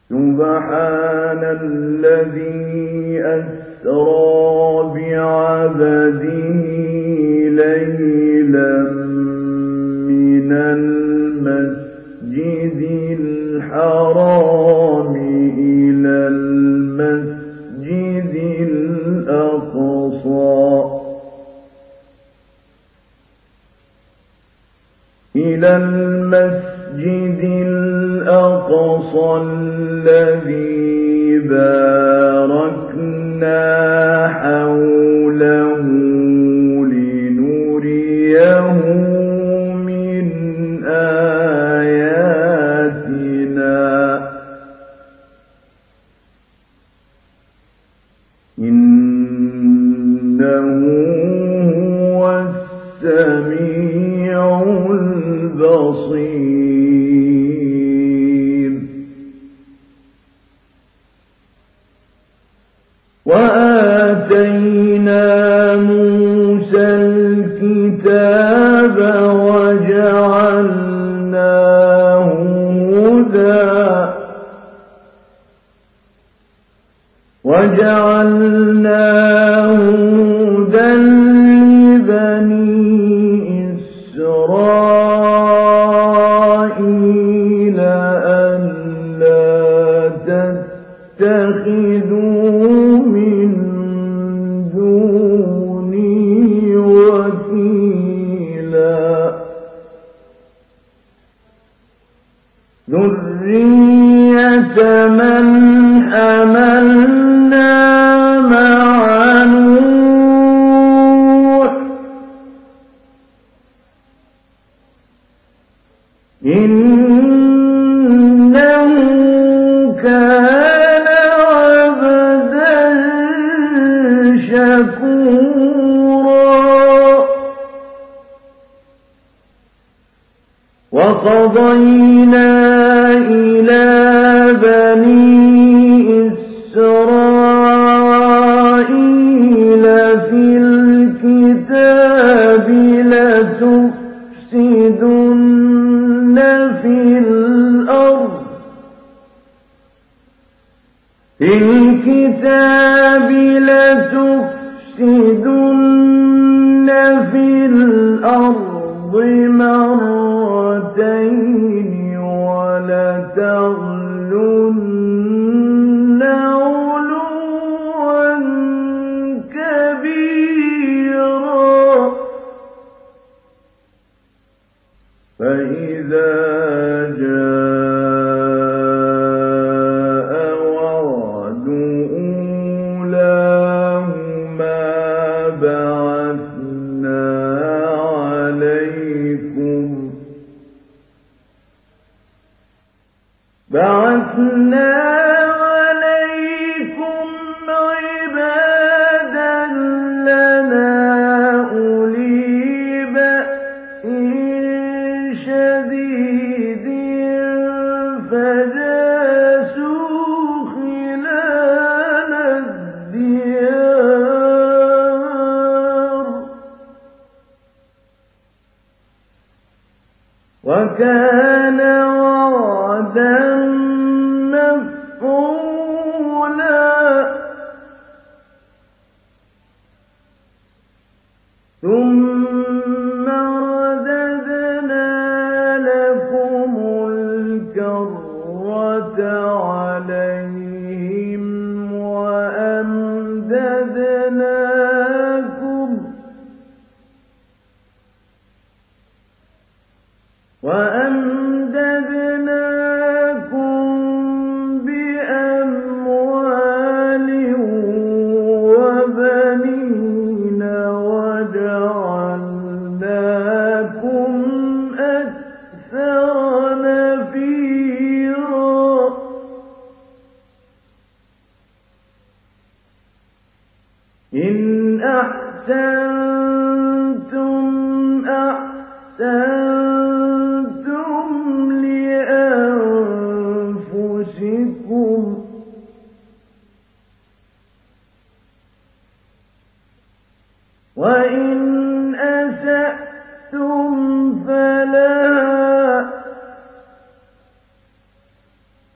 سبحان الذي أسرى بعبده ليلا من المسجد الحرام إلى المسجد الأقصى الذي باركنا حوله لنريه من آياتنا إنه هو السميع البصير. وآتينا موسى الكتاب وجعلناه هدى لبني إسرائيل ألا تتخذوا من دوني وكيلا ذرية من حملنا مع نوح إنه كان عبدا شكورا. وقضينا إلى بني إسرائيل في الكتاب لتفسدن في الأرض مرتين ولتعلن علوا كبيرا. فإذا جاء وعد أولاهما بعثنا عليكم عبادا لنا أولي بأس شديد فجاسوا خلال الديار وكان وعدا مفعولا. ثم رددنا لكم الكرة عليهم وأمددناكم بأموال وبنين وجعلناكم أكثر نفيرا.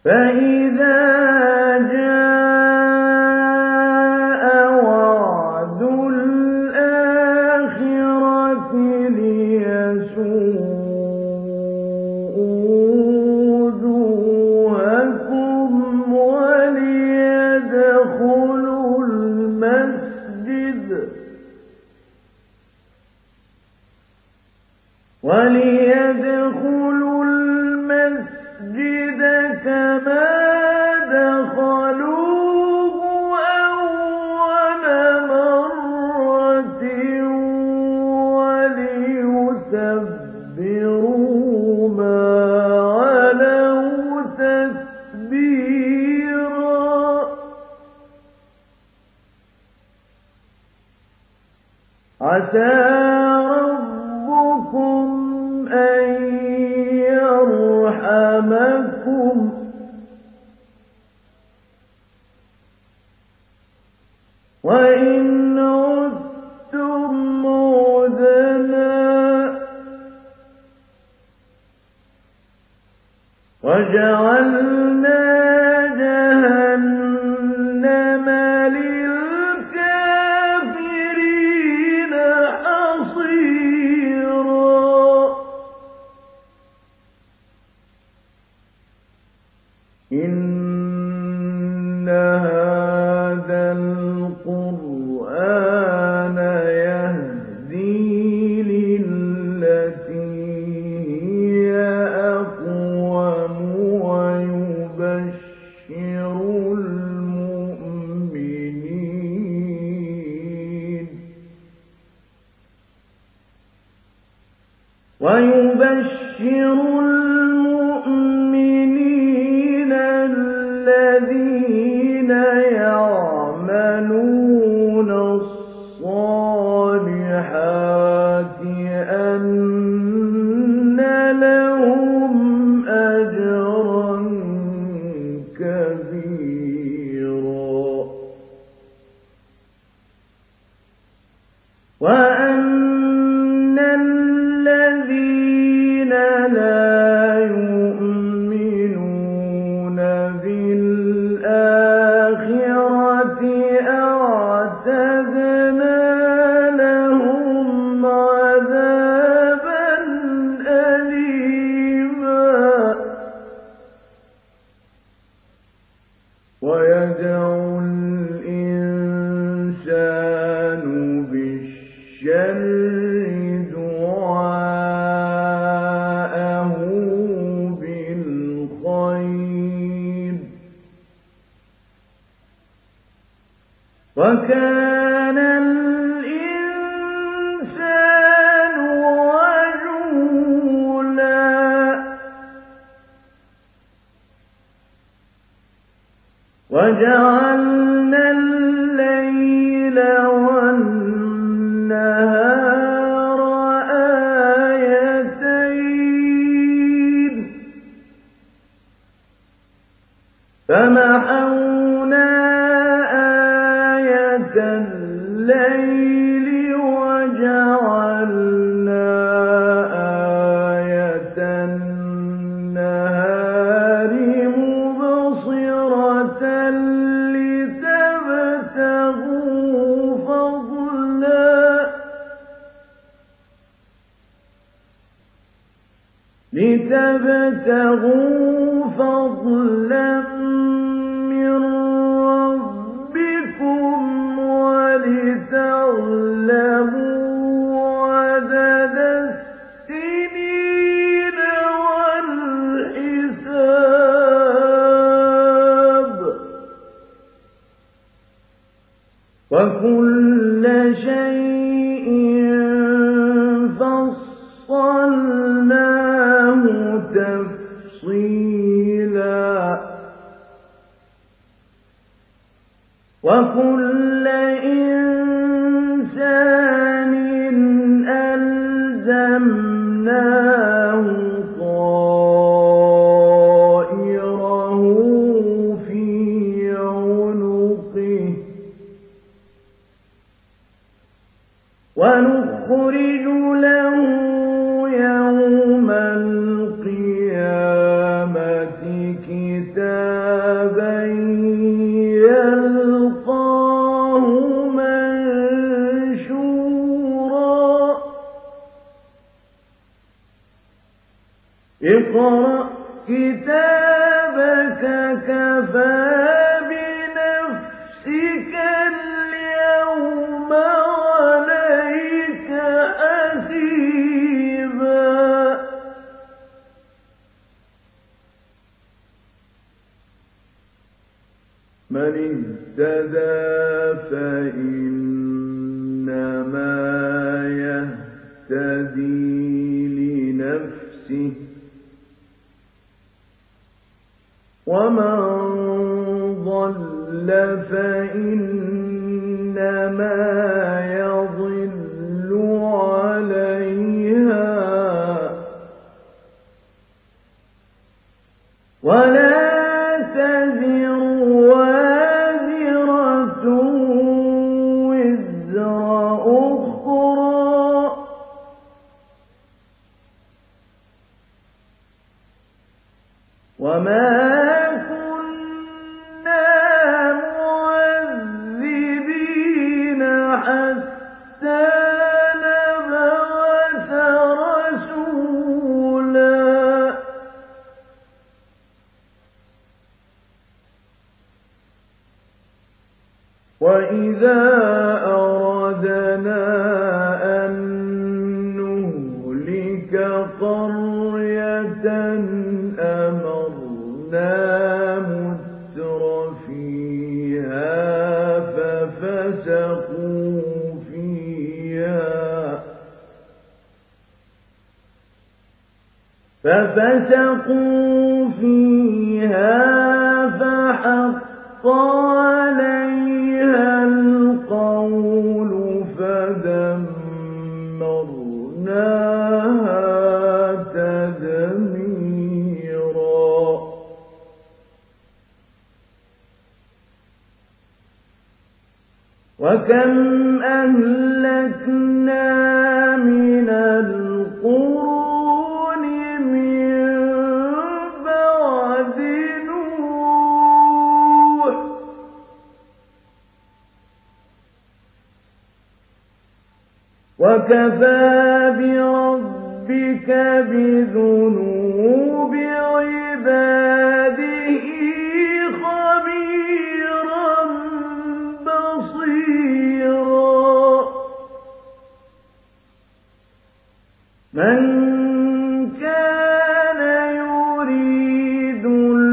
فإذا جاء وعد الآخرة ليسوءوا وجوهكم وليدخلوا المسجد كما دخلوه أول مرة وليتبروا ما علوا تتبيرا عسى ربكم أن يرحمكم وإن عدتم عدنا وجعلنا جهنم للكافرين حصيرا إن هذا القرآن يهدي للتي هي أقوم ويبشر المؤمنين الذين يعملون الصالحات أن لهم أجرا كبيرا وأن الذين لا يؤمنون بالآخرة أعتدنا لهم عذابا أليما ويدعو الإنسان بالشر دعاءه بالخير وكان الإنسان عجولا وجعلنا الليل والنهار آيتين فمحونا آية الليل وجعلنا آية النهار مبصرة لتبتغوا فضلا من ربكم ولتعلموا عدد السنين والحساب وكل شيء فصلناه تفصيلا وكل إنسان ألزمناه طائره في عنقه ونخرج له يوم القيامة كتابا كِتَابًا يَلْقَاهُ مَنشُورًا اقْرَأْ كِتَابَكَ كَفَىٰ بِنَفْسِكَ الْيَوْمَ عَلَيْكَ حَسِيبًا مَنِ اهْتَدَىٰ فَإِنَّمَا يَهْتَدِي لِنَفْسِهِ وَمَن ضَلَّ فَإِنَّمَا يَضِلُّ عَلَيْهَا وَلَا تَزِرُ وَازِرَةٌ وِزْرَ أُخْرَىٰ وَمَا وَإِذَا أَرَدْنَا أَن نُّهْلِكَ قَرْيَةً أَمَرْنَا مُتْرَفِيهَا فَفَسَقُوا فِيهَا فَحَقَّ عَلَيْهَا الْقَوْلُ فَدَمَّرْنَاهَا تَدْمِيرًا وَكَمْ أَهْلَكْنَا مِنَ الْقُرُونِ مِن بَعْدِ نُوحٍ وَكَفَىٰ بِرَبِّكَ بِذُنُوبِ عِبَادِهِ خَبِيرًا بَصِيرًا مَنْ كَانَ يُرِيدُ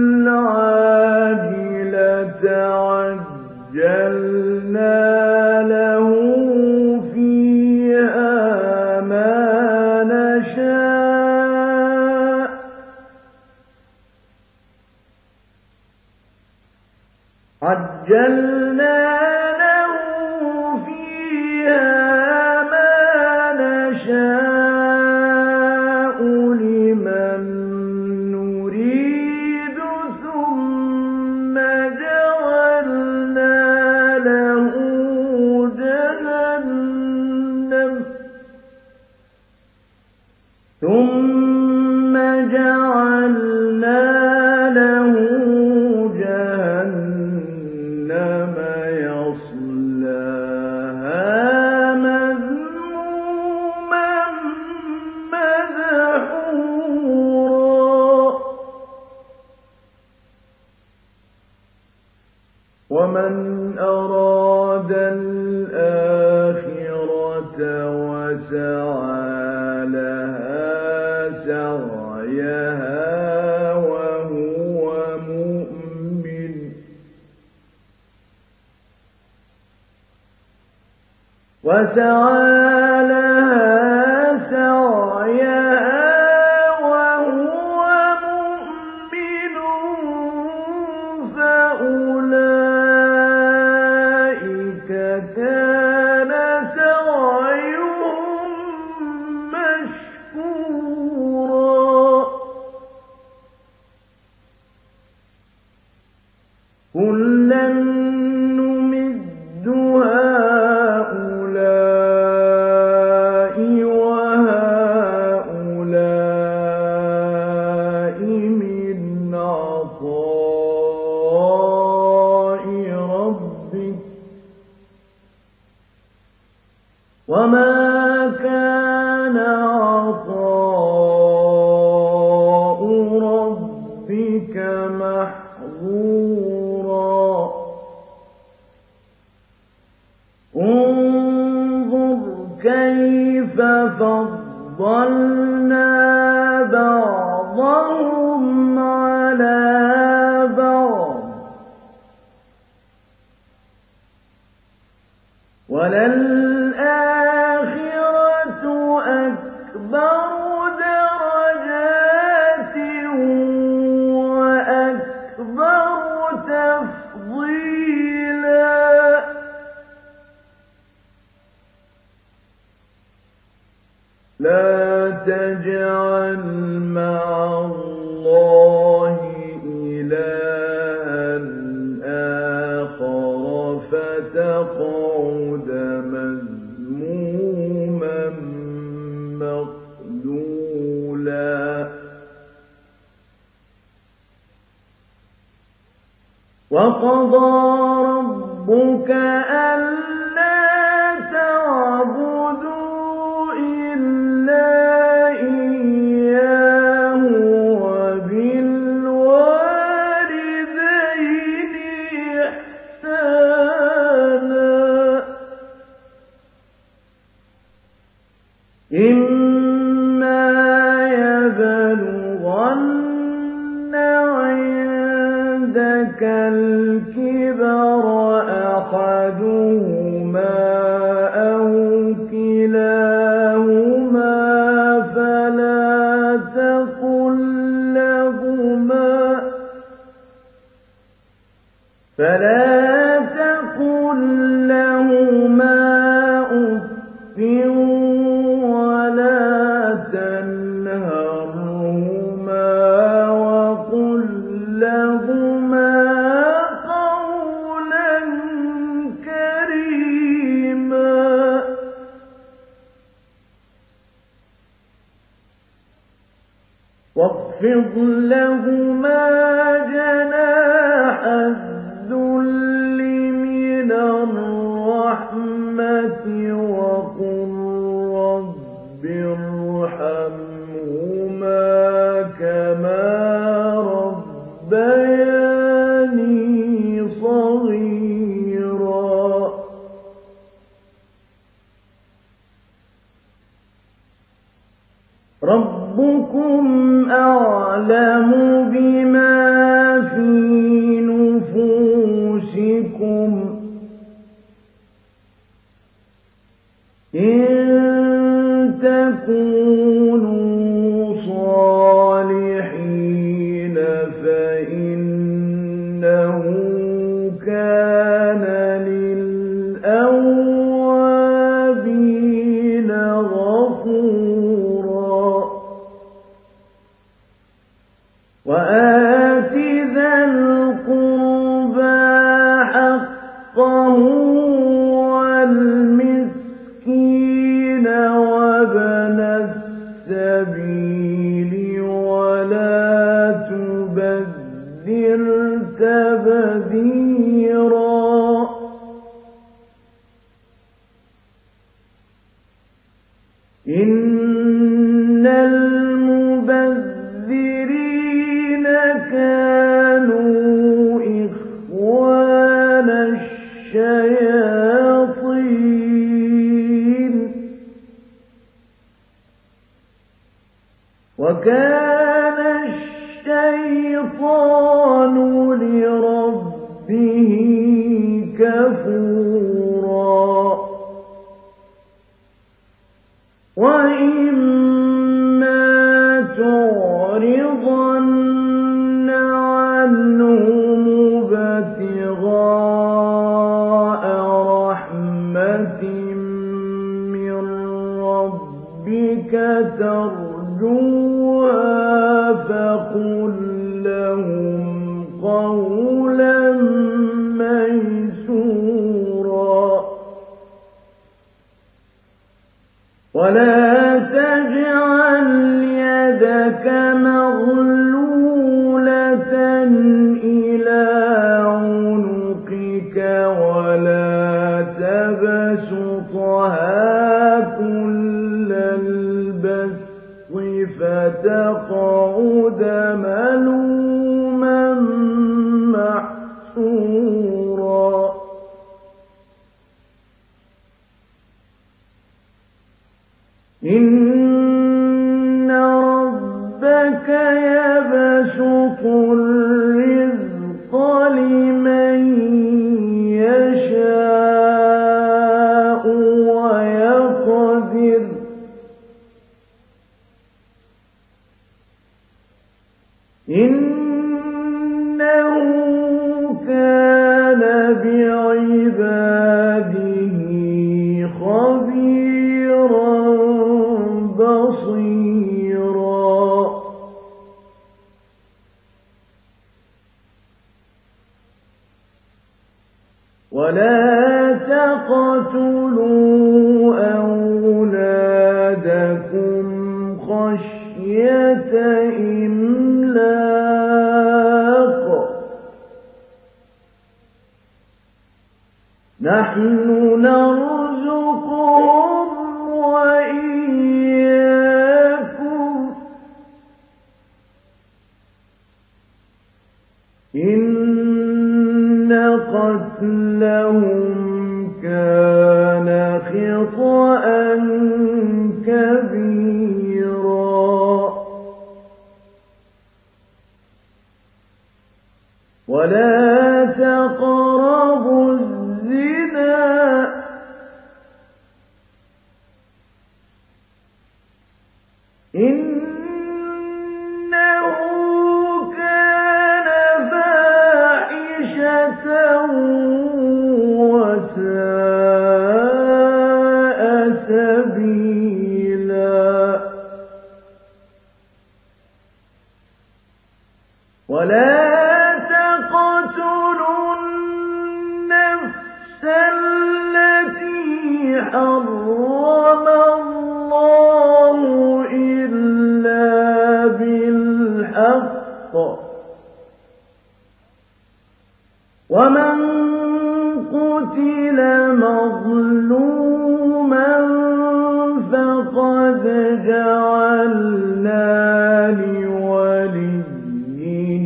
الْعَاجِلَةَ عَجَّلْنَا لَهُ فِيهَا مَا نَشَاءُ لِمَن نُّرِيدُ ثُمَّ جَعَلْنَا لَهُ جَهَنَّمَ يَصْلَاهَا مَذْمُومًا مَّدْحُورًا وَمَنْ أَرَادَ الْآخِرَةَ وَسَعَىٰ لَهَا سَعْيَهَا وَهُوَ مُؤْمِنٌ فَأُولَٰئِكَ كَانَ سَعْيُهُم مَّشْكُورًا كُلًّا نُّمِدُّ هَٰؤُلَاءِ وَهَٰؤُلَاءِ مِنْ عَطَاءِ وما كان عطاء ربك محظورا انظر كيف فضلنا بعضهم على بعض وللآخرة أكبر درجات وأكبر تفضيلا لا تجعل مع الله إلها آخر فتقعد مذموما مخذولا وقضى ربك ألا تعبدوا إلا إياه وبالوالدين إحسانا إما يبلغن عندك الكبر أحدهما أو كلاهما فلا تقل لهما أف ولا تنهرهما وقل لهما قولا كريما واخفض لهما جناح الذل من الرحمة وقل رب ارحمهما كما ربياني صغيرا ربكم أعلم بما في نفوسكم إن تكونوا صالحين فإنه كان للأوابين غفورا وآت ذا القربى حقه والمسكين وابن السبيل ولا تبذر تبذيرا إن المبذرين كانوا إخوان الشياطين وكان الشيطان لربه كفورا وإما تعرضن عنهم ابتغاء رحمة من ربك ترجوها فقل لهم قولا ميسورا ولا تقتلوا أولادكم خشية إملاق نحن نرزقهم وإياكم إن قتلهم كان خطأ كبيرا ولا تقربوا الزنا إنه كان فاحشة وساء سبيلا ولا تقتلوا النفس التي حرم الله إلا بالحق ومن قتل مظلوما فقد جعلنا لوليه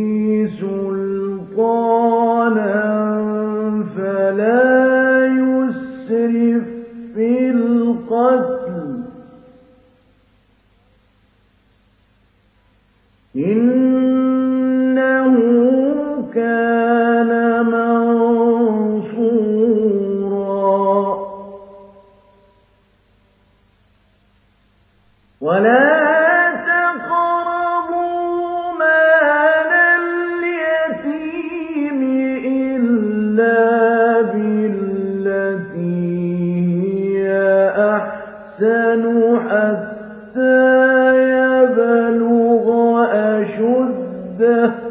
سلطانا فلا يسرف في القتل إنه كان منصورا ولا تقربوا مال اليتيم إلا بالتي هي أحسن حتى يبلغ أشده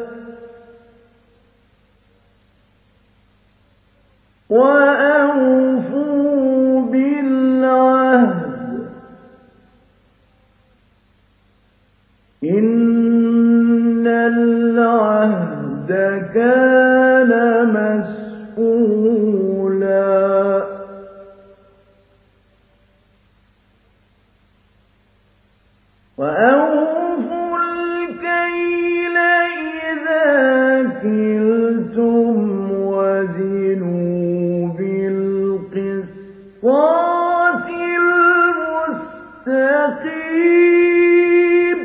وأوفوا بالعهد إن العهد كان مسؤولا وأوفوا الكيل إذا كلتم وزنوا بالقسطاس المستقيم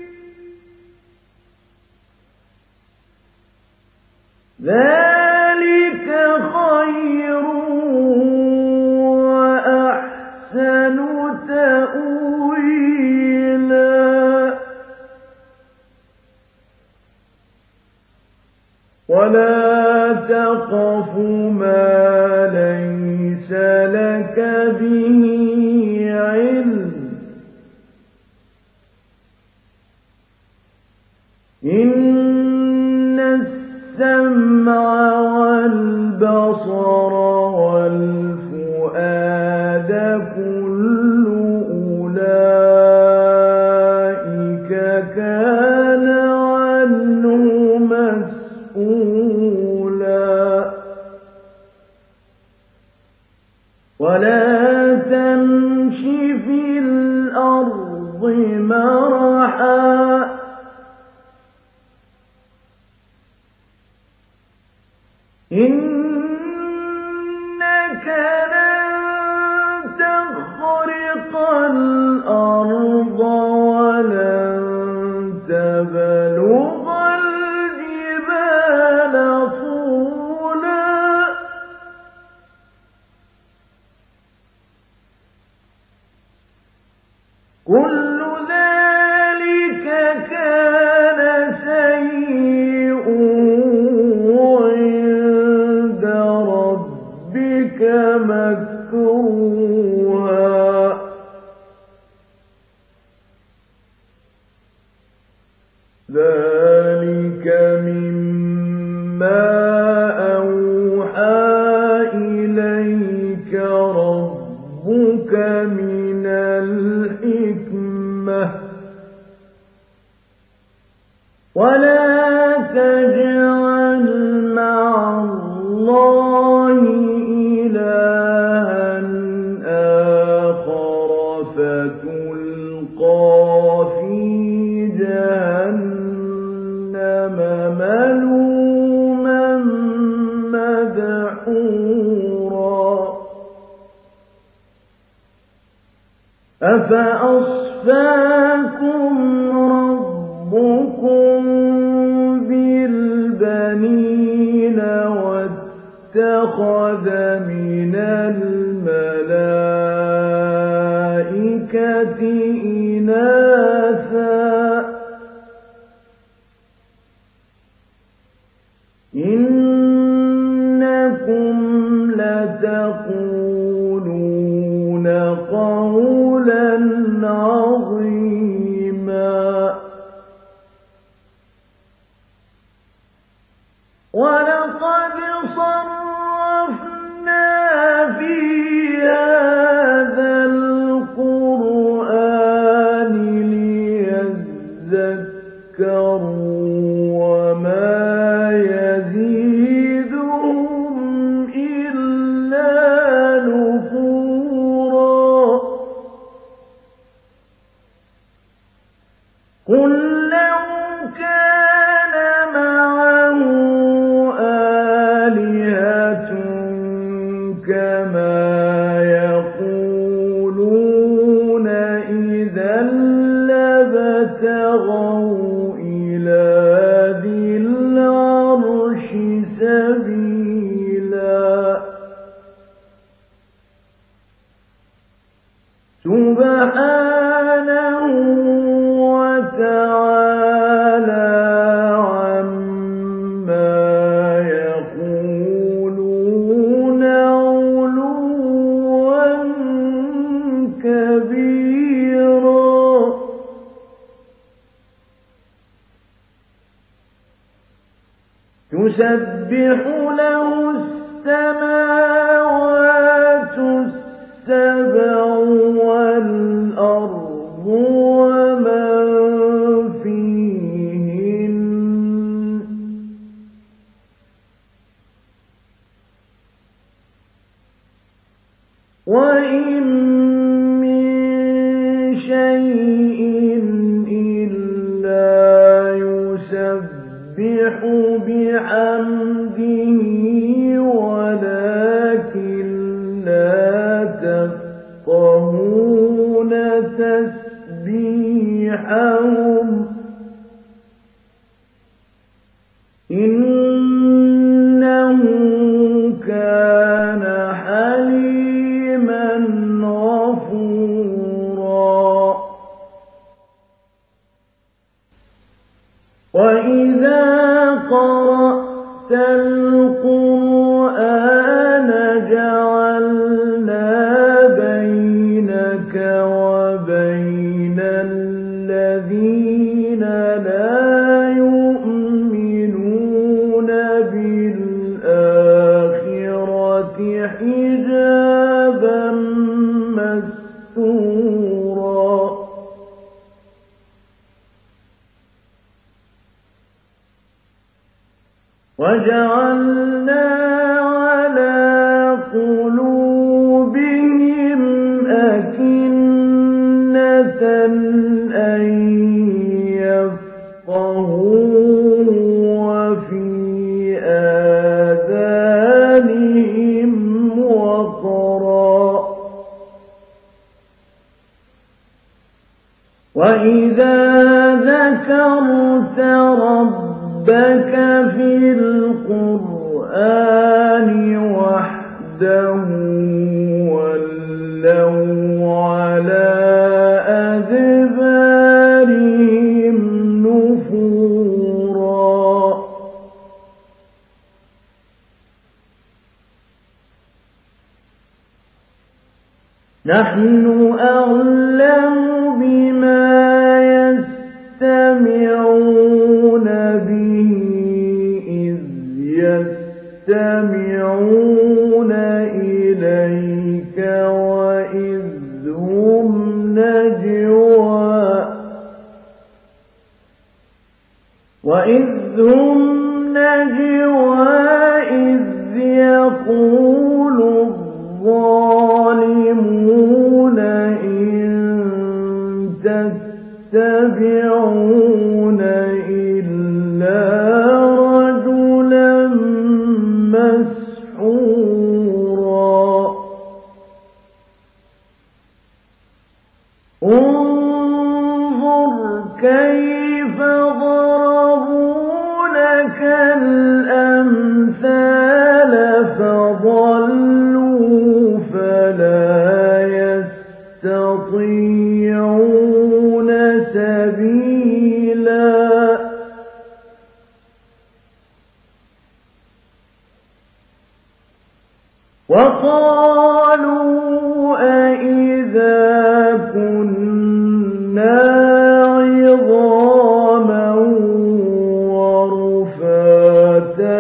ذلك خير وأحسن تأويلا ولا تقف ما ليس لك به علم إن السمع والبصر والفؤاد كل أولئك كان عنه مسؤولا ولا تمش في الأرض مرحا إنك لن تخرق الأرض ولن تبلغ الجبال طولا كل ذلك كان سيئا عند ربك مكروها ذلك مما أوحى ولا تجعل مع الله إلها آخر فتلقى في جهنم ملوما مدحورا أفأصفاكم ربكم بالبنين واتخذ من الملائكة إناثا إنكم لتقولون قولا عظيما ولقد صرفنا في هذا القرآن ليذكروا وما يزيدهم إلا نفورا قل لو كان معه آلهة كما يقولون إذا لابتغوا إلى ذي العرش سبيلا سبحانه وتعالى عما يقولون علوا كبيرا تسبح له السماوات السبع والأرض ومن فيهن وإن من شيء إلا يسبح بحمده ولكن لا تفقهون تسبيحهم إنه كان حليما غفورا وإذا قرأت القرآن جعلنا بينك وبين الذين لا يؤمنون بالآخرة حجابا مستورا وجعلنا على قلوبهم أكنة أن يفقهوه وفي آذانهم وقرا وإذا ذكرت ربك في القرآن وحده ولوا على أدبارهم نفورا نحن أعلم بما يستمعون به إذ يستمعون إليك وإذ هم نجوى وإذ هم نجوى إذ يقول الظالمون إن تتبعون إلا رجلا مسحورا انظر كيف ضربوا لك الأمثال فضلوا فلا يستطيعون سبيلا وقالوا أئذا كنا عظاما ورفاتا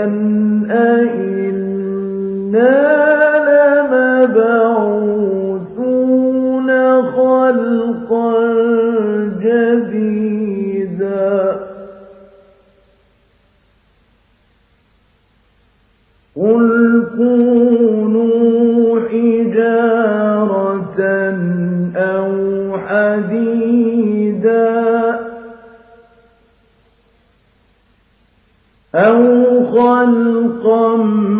أئنا لمبعوثون خلقا جديدا قل كونوا حجارة أو حديدا أو خلقا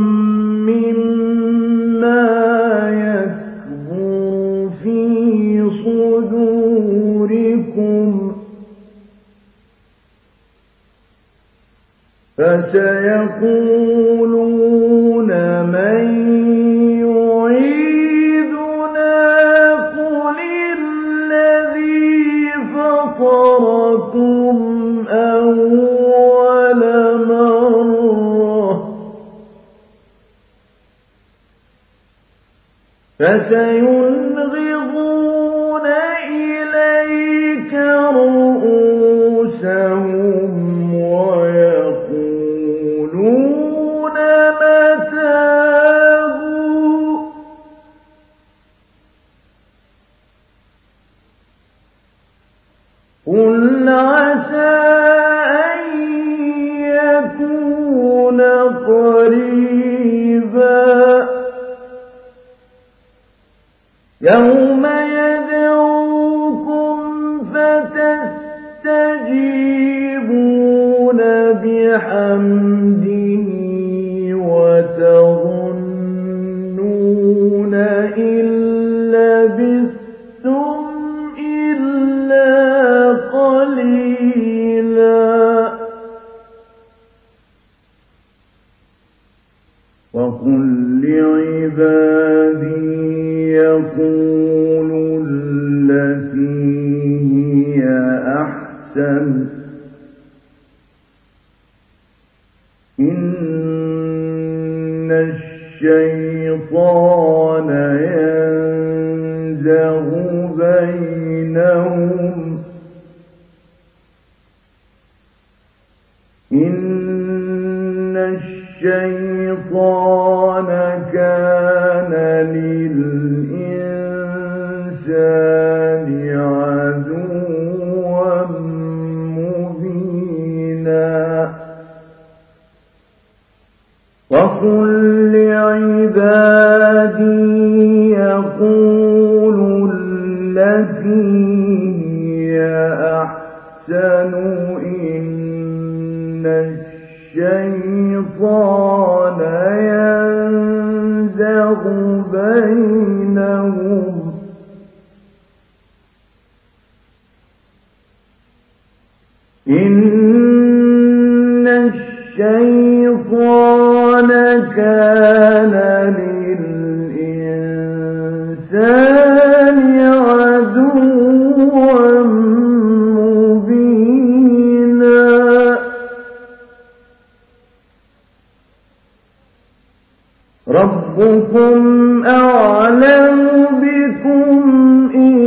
مما يكبر في صدوركم فسيقولون من يعيدنا قل الذي فطركم أول مرة فسينغضون إليك رؤوسهم ويقولون متاه قل عسى أن يكون قريبا يوم يدعوكم فتستجيبون بحمده وتظنون إن لبثتم إلا قليلا وقل لعبادي يقولوا التي هي أحسن إن الشيطان ينزغ بينهم إن الشيطان كان للإنسان عدوا مبينا وقل لعبادي يقولوا التي هي أحسن إن الشيطان ينزغ بينهم إن الشيطان كان للإنسان عدوا مبينا ربكم أعلم بكم إن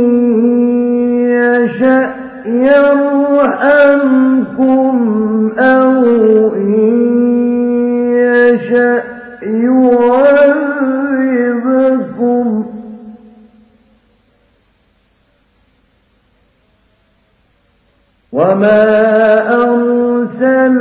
يشأ يرحمكم أو إن يشأ يعذبكم وما أرسلنا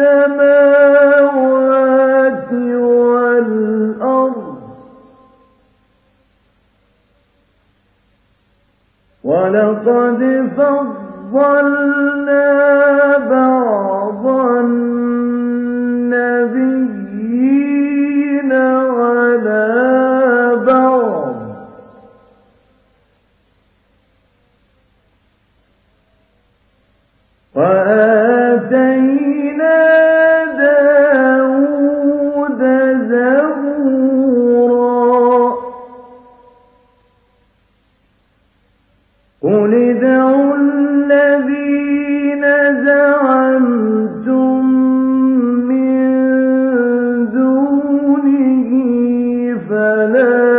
السماوات والأرض ولقد فضلنا بعض النبيين على بعض وآتينا داود زبورا قل ادعوا الذين زعمتم من دونه فلا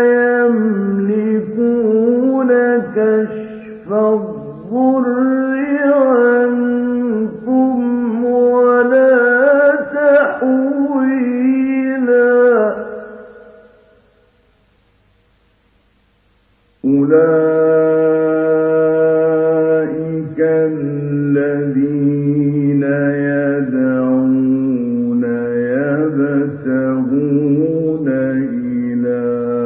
يملكون كشف الضر عنكم ولا تحويلا أولئك الذين يدعون يبتغون إلى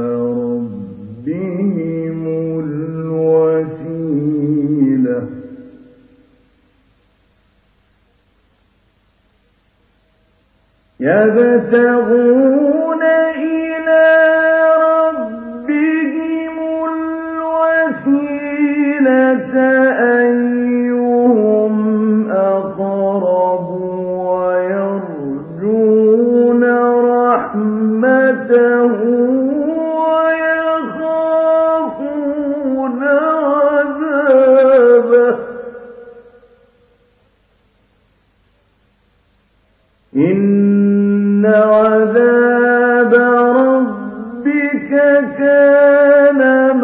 ربهم الوسيلة يبتغون إلى ربهم الوسيلة أيهم أقرب ويرجون رحمته ويخافون عذابه إن عذاب ربك كان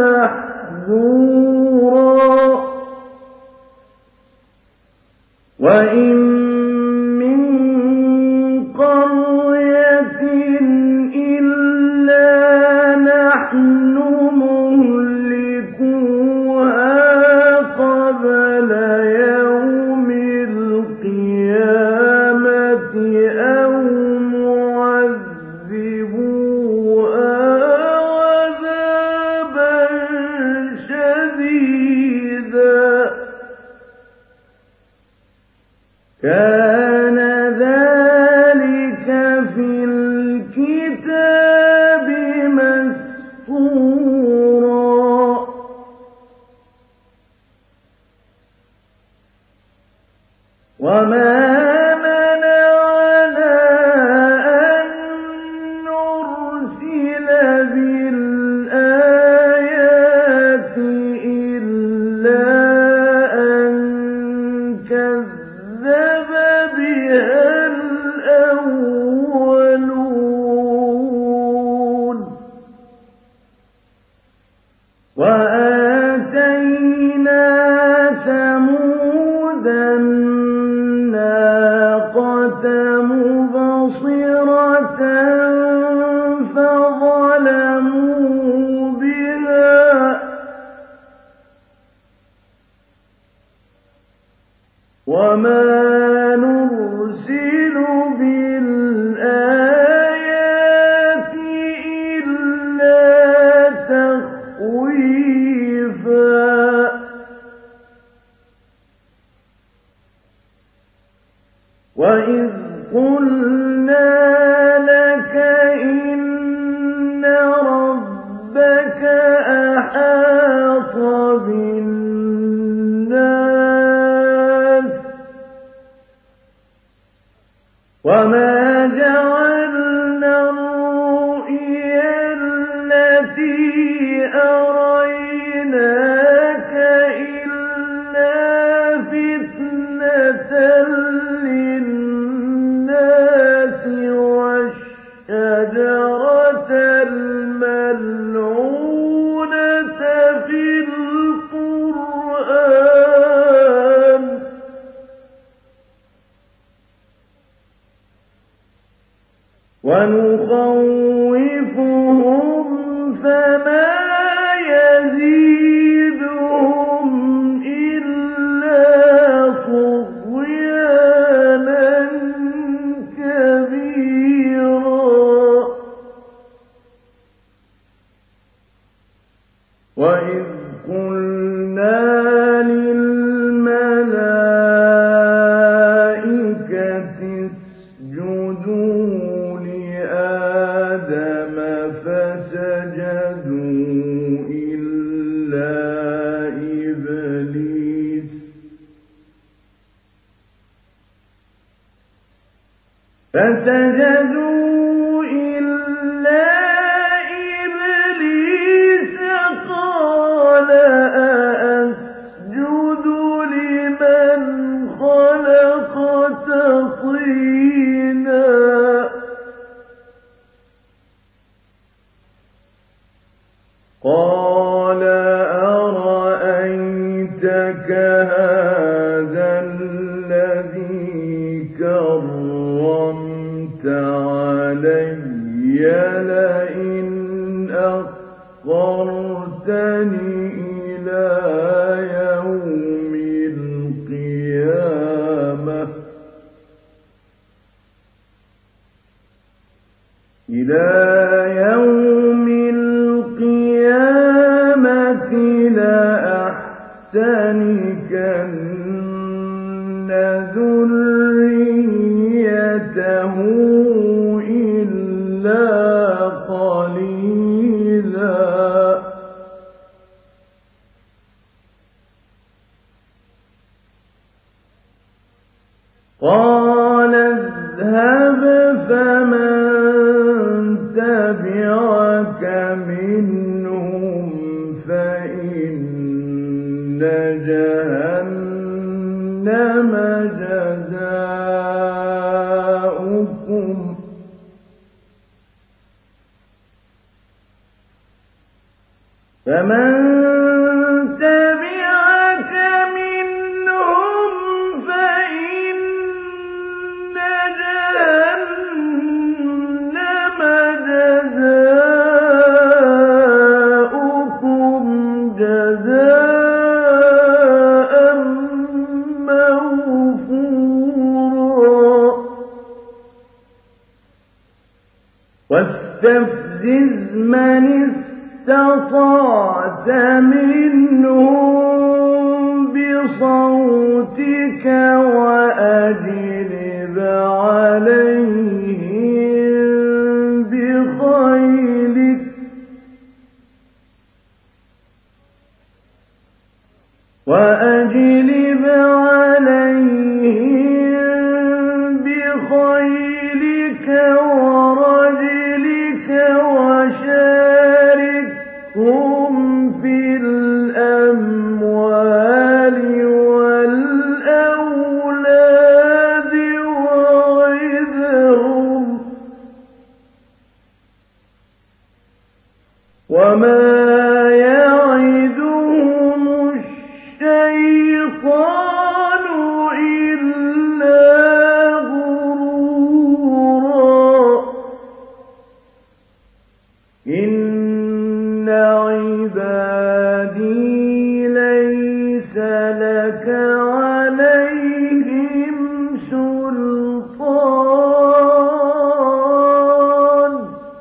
محذورا وإن من قرية إلا نحن مهلكوها قبل يوم القيامة أو معذبوها عذابا شديدا كان ذلك في الكتاب مسطورا وما منعنا أن نرسل بالآيات إلا أن كذب بها الأولون وآتينا ثمود الناقة مبصرة فظلموا بها وما نرسل بالآيات إلا تخويفا وإذ قلنا لك إن ربك أحاط بالناس وما جعلنا الرؤيا التي أريناك إلا فتنة للناس والشجرة الملعونة في القرآن ونخوفهم فما يزيدهم إلا طغيانا اسجدوا لآدم فسجدوا إلا إبليس قال أأسجد لمن خلقت طينا قال أرأيتك هذا الذي كرمت علي لئن أخرتني إلى يوم القيامة لأحتنكن ذريته إلا قليلا قال اذهب فمن تبعك منهم فإن جهنم جزاؤكم فمن تبعك منهم فإن جهنم جزاؤكم جزاء موفورا واستفزز من استطعت منهم بصوتك وأجلب عليهم بخيلك ورجلك وشاركهم في الأموال والأولاد وعظهم وما يعدهم الشيطان إلا غرورا إن عبادي ليس لك عليهم سلطان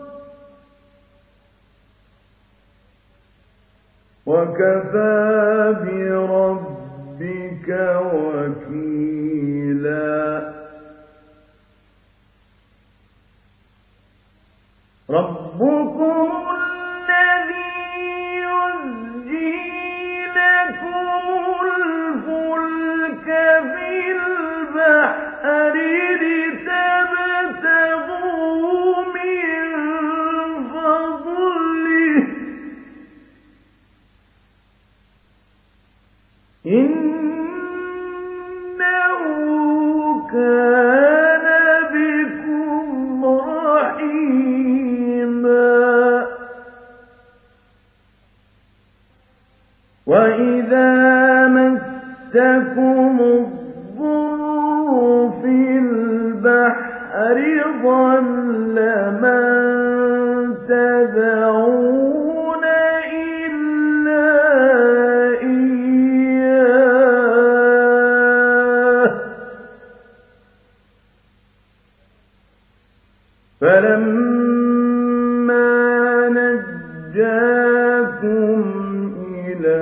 وكفى بربك وكيلا ربكم الذي يزجي لكم الفلك في البحر لتبتغوا من فضله إنه كان بكم رحيما وإذا مسكم الضر في البحر ضل من تدعون إلا إياه فلما نجاكم إلى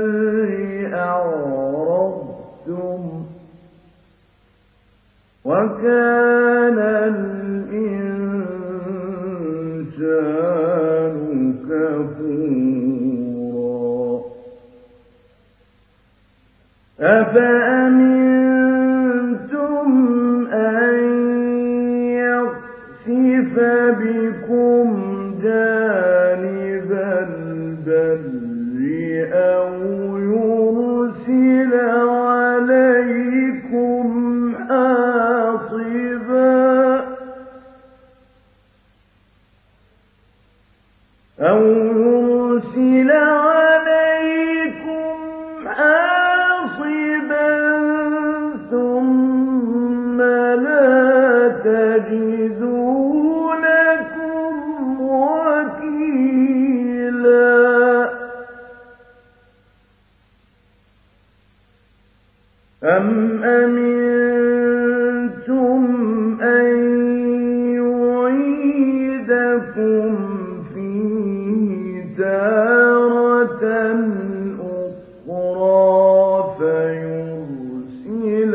البر أعرضتم وكان وَكَانَ الْإِنسَانُ كَفُورًا أَفَأَمِنْتُمْ أَنْ يَخْسِفَ بِكُمْ جَانِبَ الْبَرِّ أَوْ يُرْسِلَ عَلَيْكُمْ حَاصِبًا ثُمَّ لَا تَجِدُوا لَكُمْ وَكِيلًا أَمْ أَمِنْتُمْ أَنْ يُعِيدَكُمْ فِيهِ تَارَةً أُخْرَىٰ فَيُرْسِلَ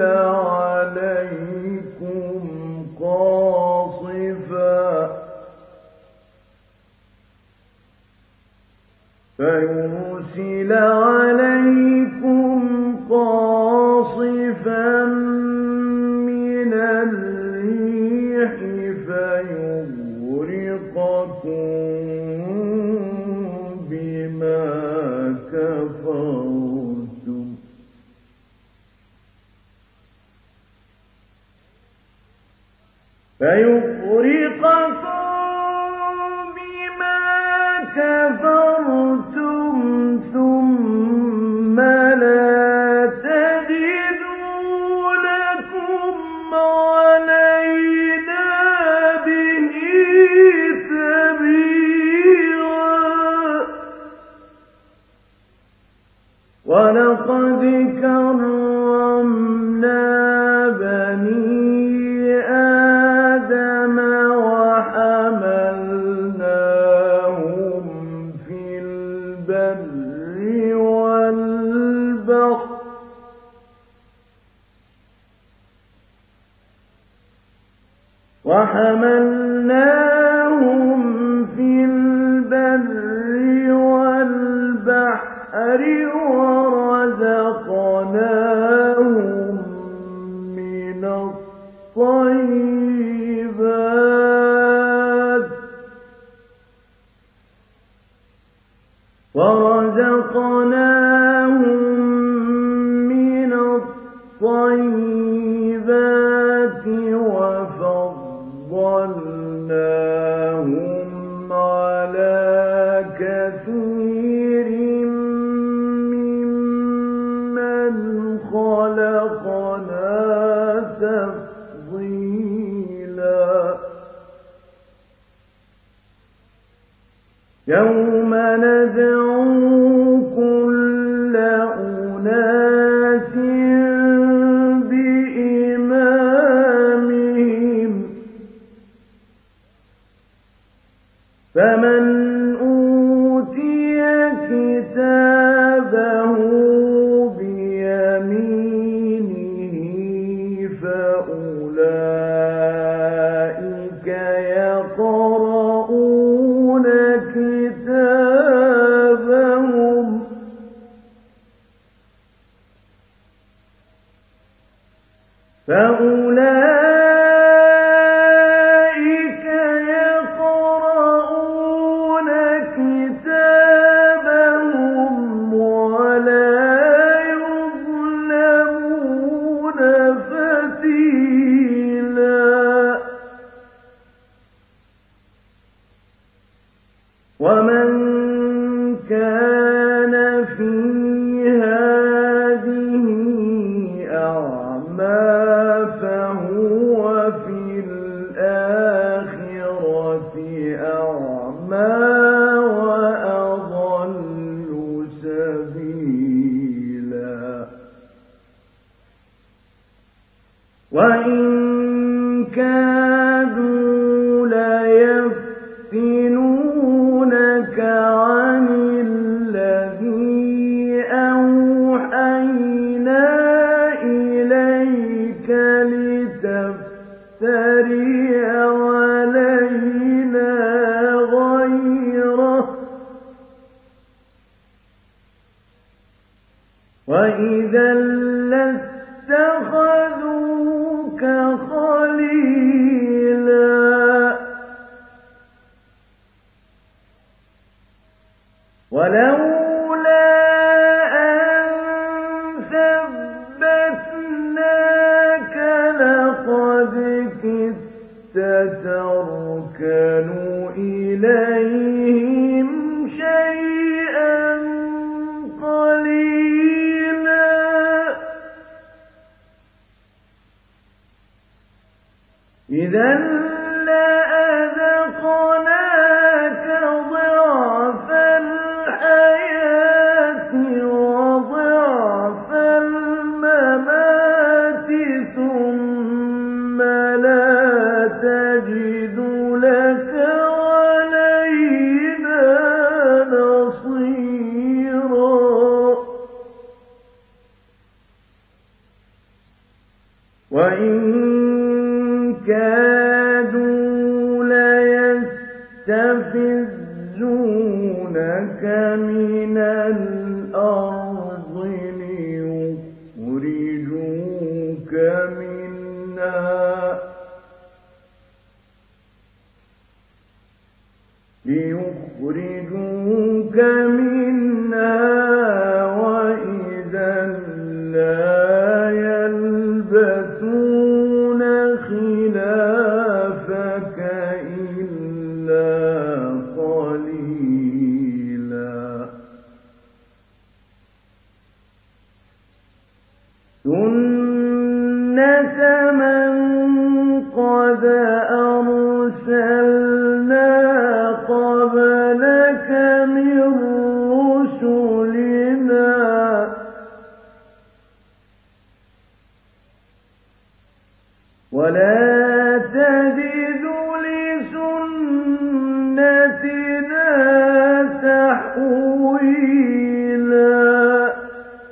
عَلَيْكُمْ قَاصِفًا مِّنَ الرِّيحِ فَيُغْرِقَكُم بِمَا كَفَرْتُمْ ثُمَّ لَا تَجِدُوا لَكُمْ عَلَيْنَا بِهِ تَبِيعًا وَلَقَدْ كَرَّمْنَا بَنِي آدَمَ وَحَمَلْنَاهُمْ فِي الْبَرِّ وَالْبَحْرِ وَرَزَقْنَاهُم مِّنَ الطَّيِّبَاتِ وَفَضَّلْنَاهُمْ عَلَىٰ كَثِيرٍ مِّمَّنْ خَلَقْنَا تَفْضِيلًا يَوْمَ نَدْعُو كُلَّ أُنَاسٍ بِإِمَامِهِمْ فَمَنْ أُوتِيَ كِتَابَهُ بِيَمِينِهِ فَأُولَٰئِكَ يَقْرَءُونَ كِتَابَهُمْ نفتري علينا غيره وإذا لاتخذوك خليلا ولولا أن ثبتناك لقد كدت تركن إليهم شيئا قليلا إذا لأذقناك ضعف الحياة وضعف الممات ثم لا تجد لك علينا نصيرا وإن كادوا ليستفزونك من الأرض ليخرجوك منها وإذا لا يلبثون خلافك إلا قليلا سنة من قد أرسلنا قبلك من رسلنا ولا تجد لسنتنا تحويلا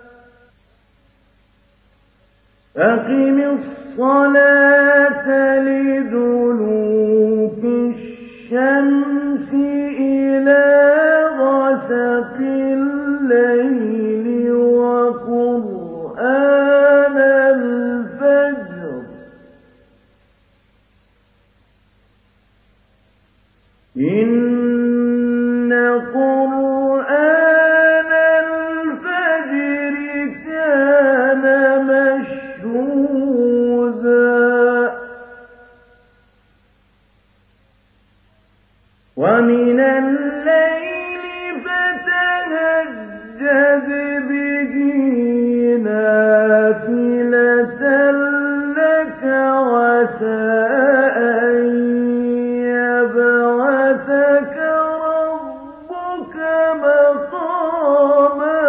أقم الصلاة لدلوك الشمس إلى غسق الليل وقرآن الفجر إن قرآن الفجر كان مشهودا ومن الليل فتهجد به نافلة لك عسى أن يبعثك ربك مقاما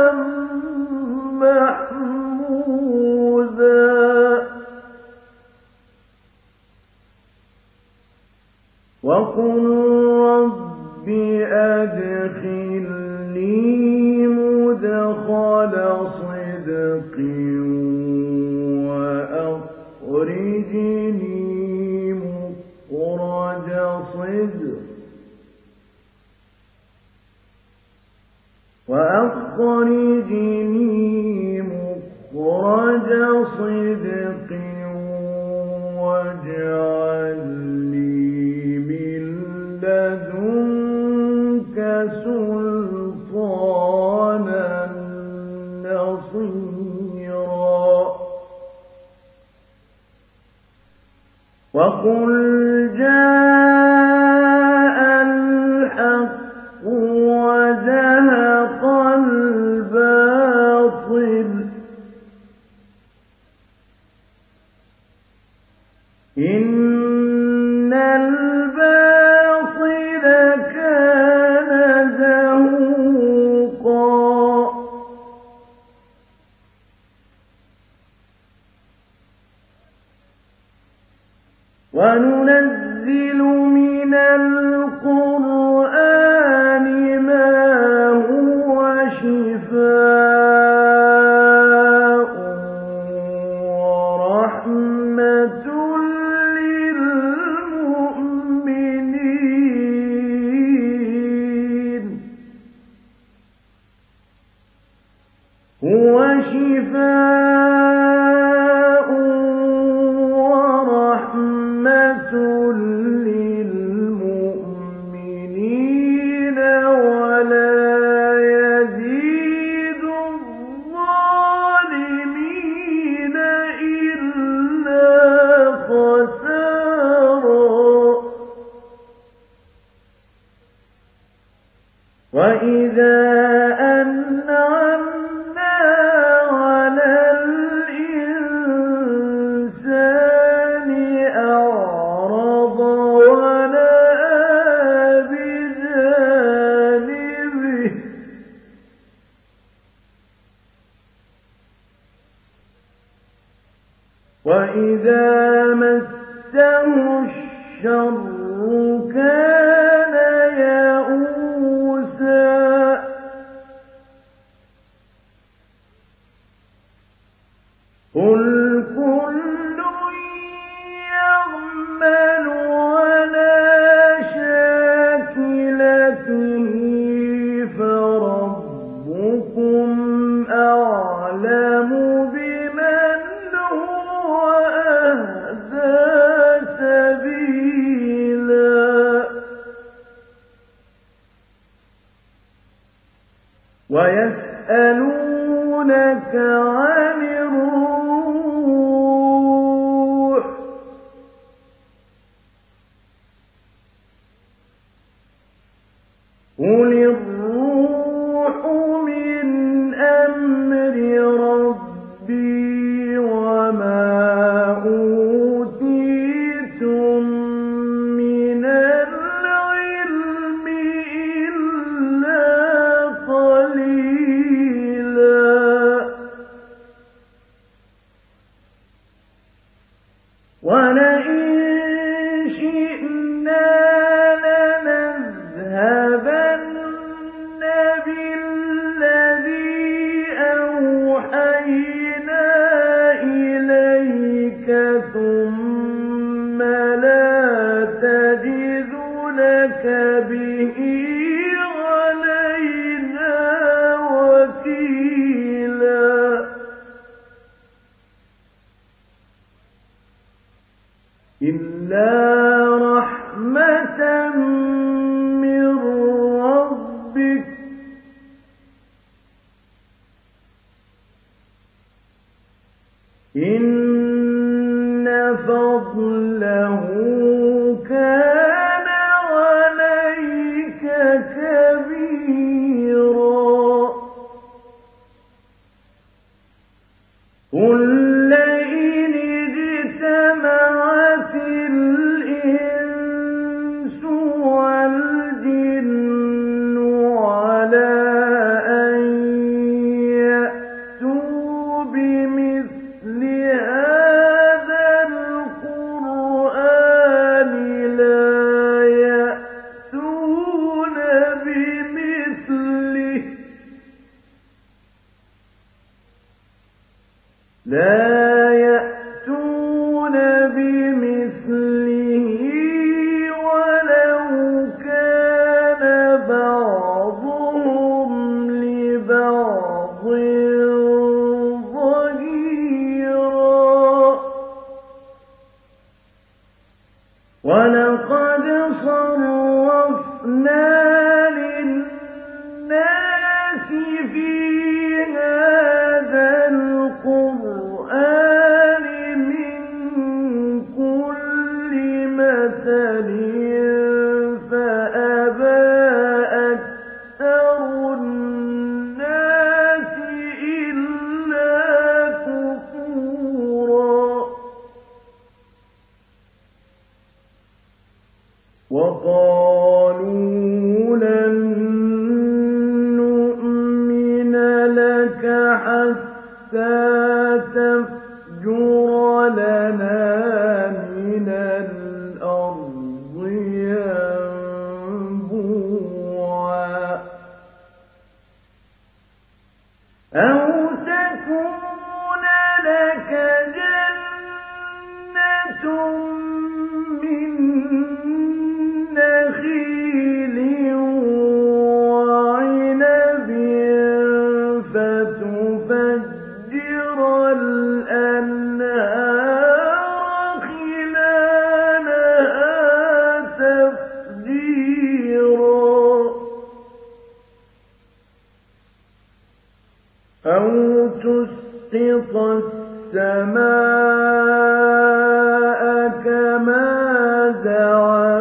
محمودا وقل رب أدخلني مدخل صدق وأخرجني مخرج صدق واجعل لي من لدنك سلطانا نصيرا وقل جاء الحق وزهق الباطل إن الباطل كان زهوقا وننزل من القرآن ما هو شفاء ورحمة للمؤمنين وشفاء ورحمة للمؤمنين ولا يزيد الظالمين إلا خسارا. وإذا أنعمنا على الإنسان أعرض ونأى بجانبه وإذا مسه الشر كان يئوسا. قل كل يعمل على شاكلته فربكم أعلم بمن هو أهدى سبيلا. ويسألونك عن الروح قل الروح من أمر ربي وما أوتيتم من العلم إلا قليلا. ولئن شئنا لنذهبن بالذي أوحينا إليك ثم لا تجد لك به علينا وكيلا. إلا رحمة من ربك إن فضله كان عليك كبيرا. قل لئن اجتمعت الإنس والجن على أن يأتوا بمثل هذا القرآن لا يأتون بمثله ولو كان بعضهم لبعض ظهيرا. ولقد صرفنا للناس في هذا القرآن من كل مثل فأبى أكثر الناس إلا كفورا. وقالوا لن نؤمن لك حتى تفجر لنا من الأرض ينبوعا أو تكون لك جنة من نخيل وعنب فتفجر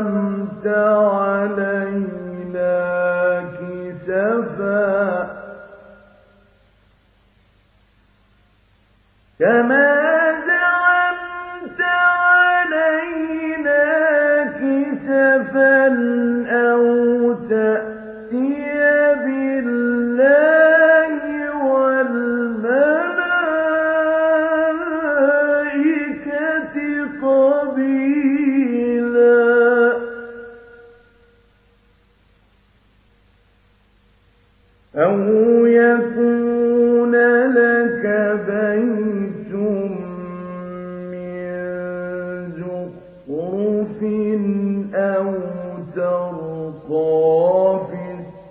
زعمت علينا كسفا كما زعمت علينا كسفا أو تأتي بالله والملائكة قبيلا أو يكون لك بيت من زخرف أو ترقى في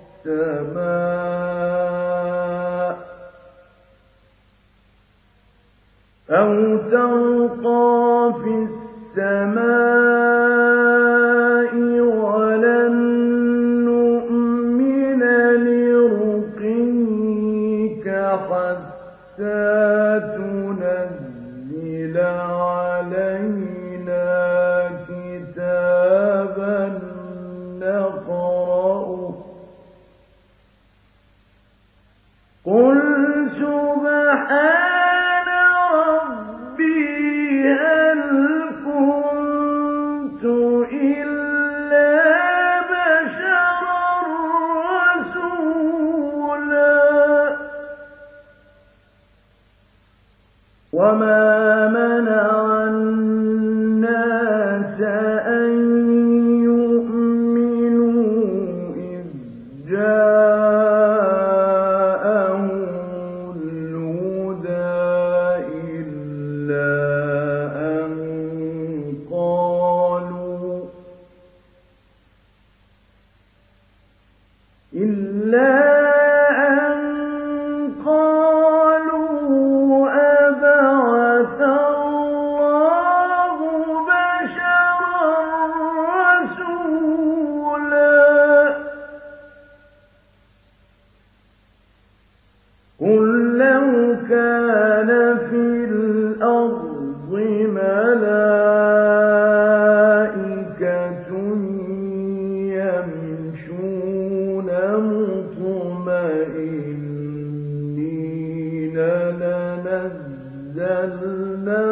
السماء ولن نؤمن لرقيك حتى تنزل علينا كتابا نقرأه قل سبحان ربي هل كنت إلا بشرا رسولا وما منع الناس أن يؤمنوا إذ جاءهم الهدى إلا أن قالوا أبعث الله بشرا رسولا قل لو كان في الأرض ملائكة يمشون مطمئنين لنزلنا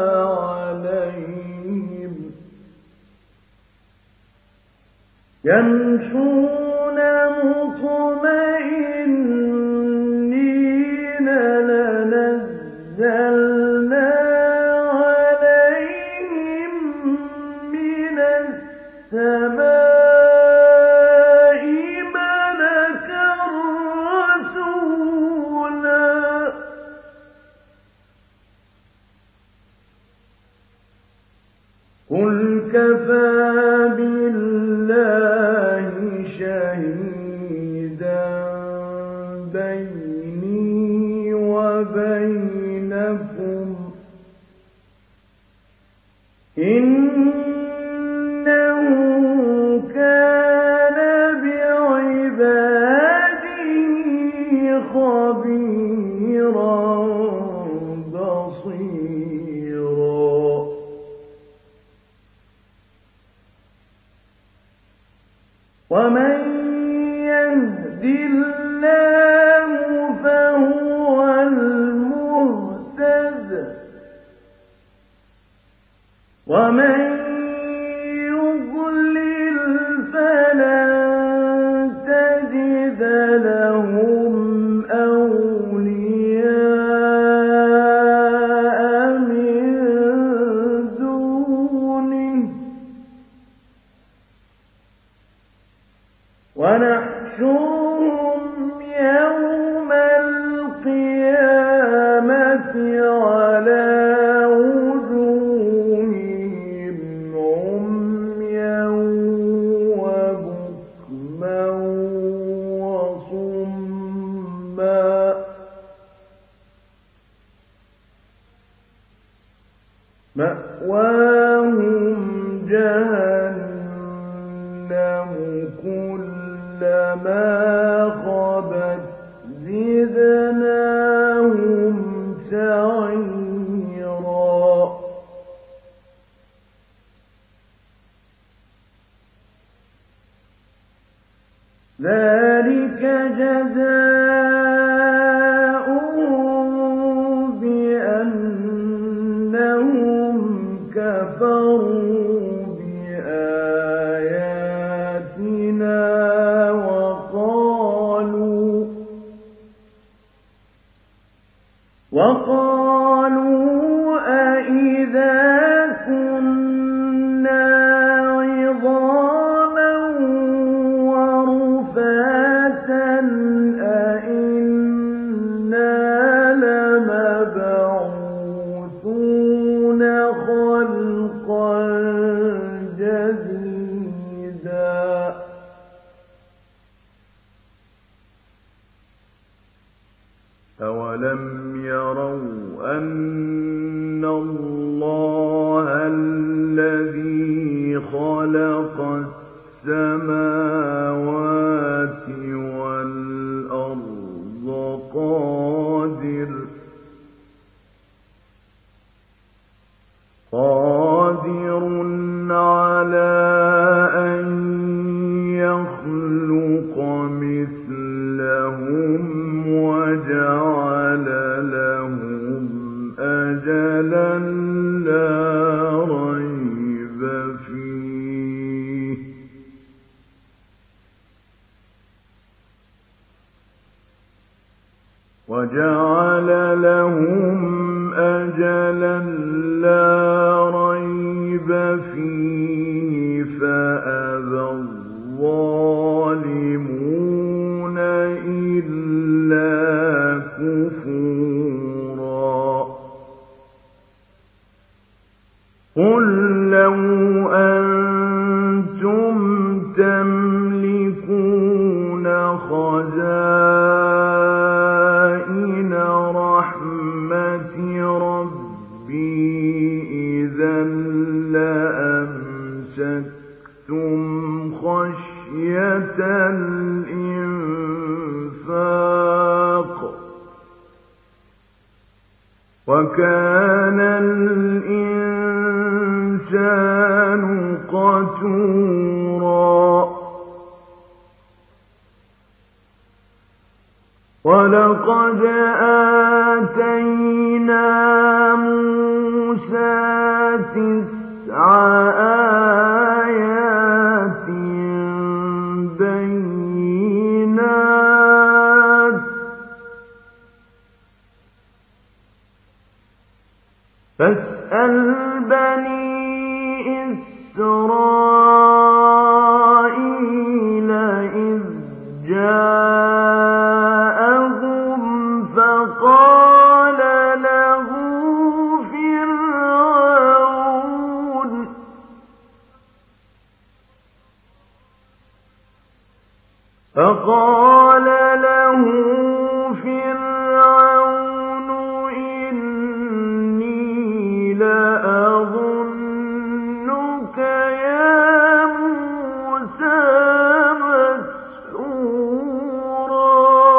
عليهم من السماء ملكا رسولا قل كفى بالله شهيدا بيني وبينكم إنه كان بعباده خبيرا بصيرا ومن يهد الله فهو المهتد ومن يضلل فلن تجد لهم أولياء من دونه ونحشرهم يوم القيامة على وجوههم عميا وبكما وصما مأواهم جهنم كلما خبت زدناهم سعيرا ذلك جزاؤهم بأنهم كفروا بآياتنا وقالوا أإذا كنا عظاما ورفاتا أإنا لمبعوثون خلقا جديدا أولم يروا أن الله الذي خلق السماوات والأرض قادر على أن يخلق مثلهم وجعل لهم أجلا لا ريب فيه فأبى الظالمون إلا كفورا قل لو أنتم تملكون خزائن رحمة ربي إذا لأمسكتم خشية الإنفاق وكان الإنسان قتورا ولقد آتينا موسى 9 آيات بينات فاسأل بني إسرائيل إذ جاءهم فقال له فرعون إني لأظنك يا موسى مسحورا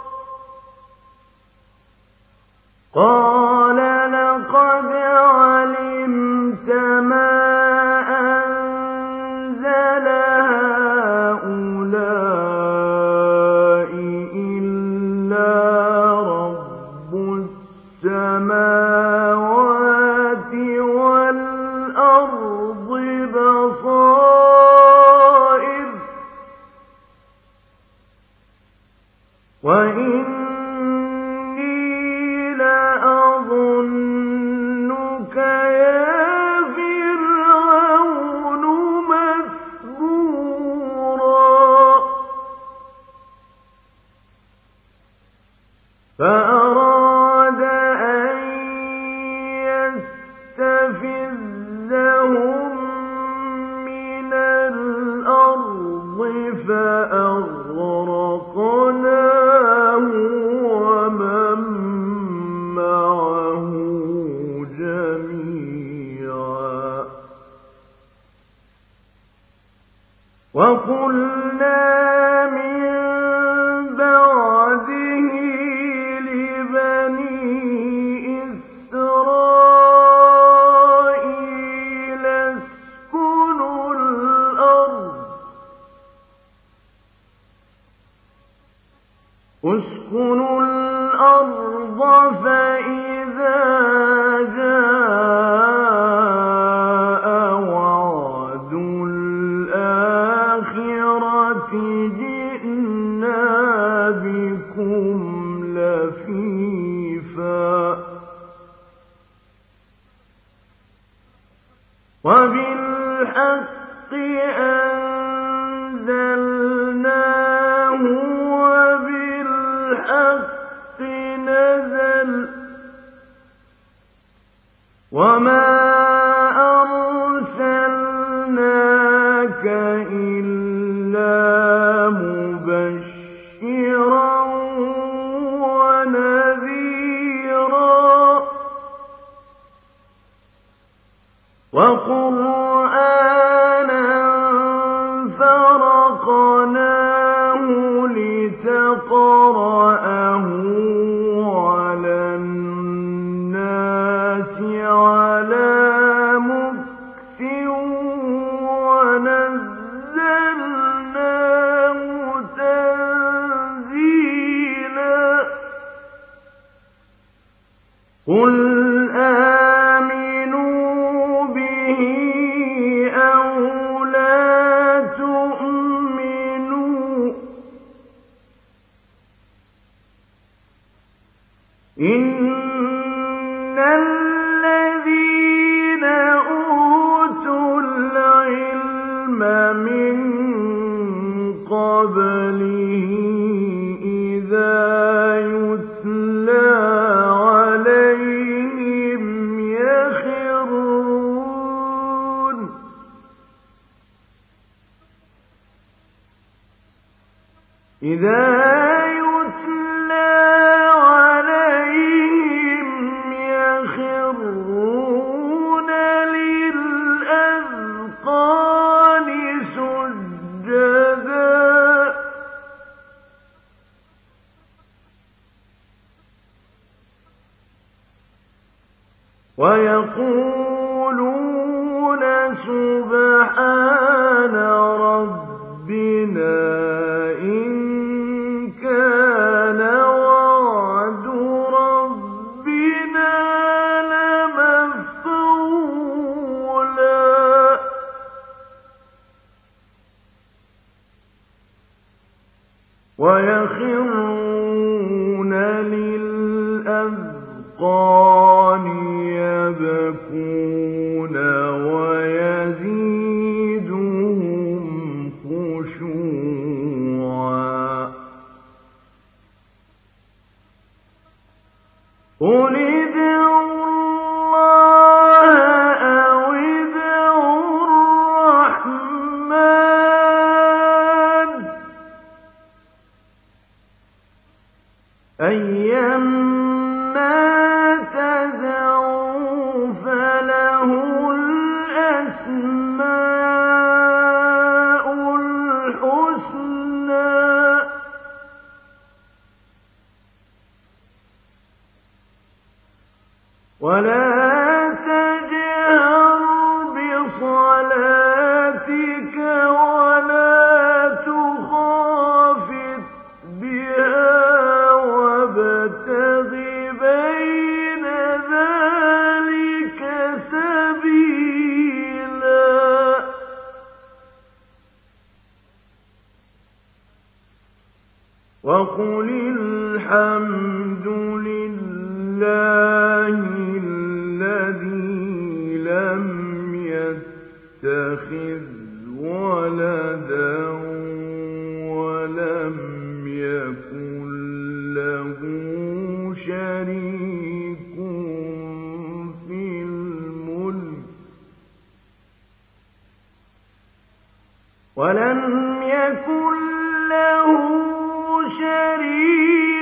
قال لقد علمت ما أنزل هؤلاء إلا رب السماوات والأرض بصائر وإني لأظنك يا فرعون مثبورا فأراد أن يستفزهم من الأرض فأغرقناه ومن معه جميعا وقلنا من بعده لبني إسرائيل اسكنوا الأرض اسكنوا الأرض فإذا جاء وعد الآخرة جئنا بكم لفيفا وبالحق أنزلناه وبالحق نزل وما أرسلناك إلا مبشرا ونذيرا وقرآنا فرقناه لتقرأه على الناس على مكث ونزلناه تنزيلا قل آمنوا به أو لا تؤمنوا إن الذين أوتوا العلم من قبله إذا يتلى عليهم يخرون للأذقان سجدا ويقولون سبحان ربنا إن كان وعد ربنا لمفعولا ويخرون للأذقان يبكون ويزيدهم خشوعا قل ادعوا الله أو ادعوا الرحمن أيما تدعوا فله الأسماء الحسنى ولا تجهر بصلاتك ولا تخافت بها وابتغ بين ذلك سبيلا وقل الحمد لله الذي لم يتخذ ولدا ولم يكن له شريك في الملك ولم يكن له شريك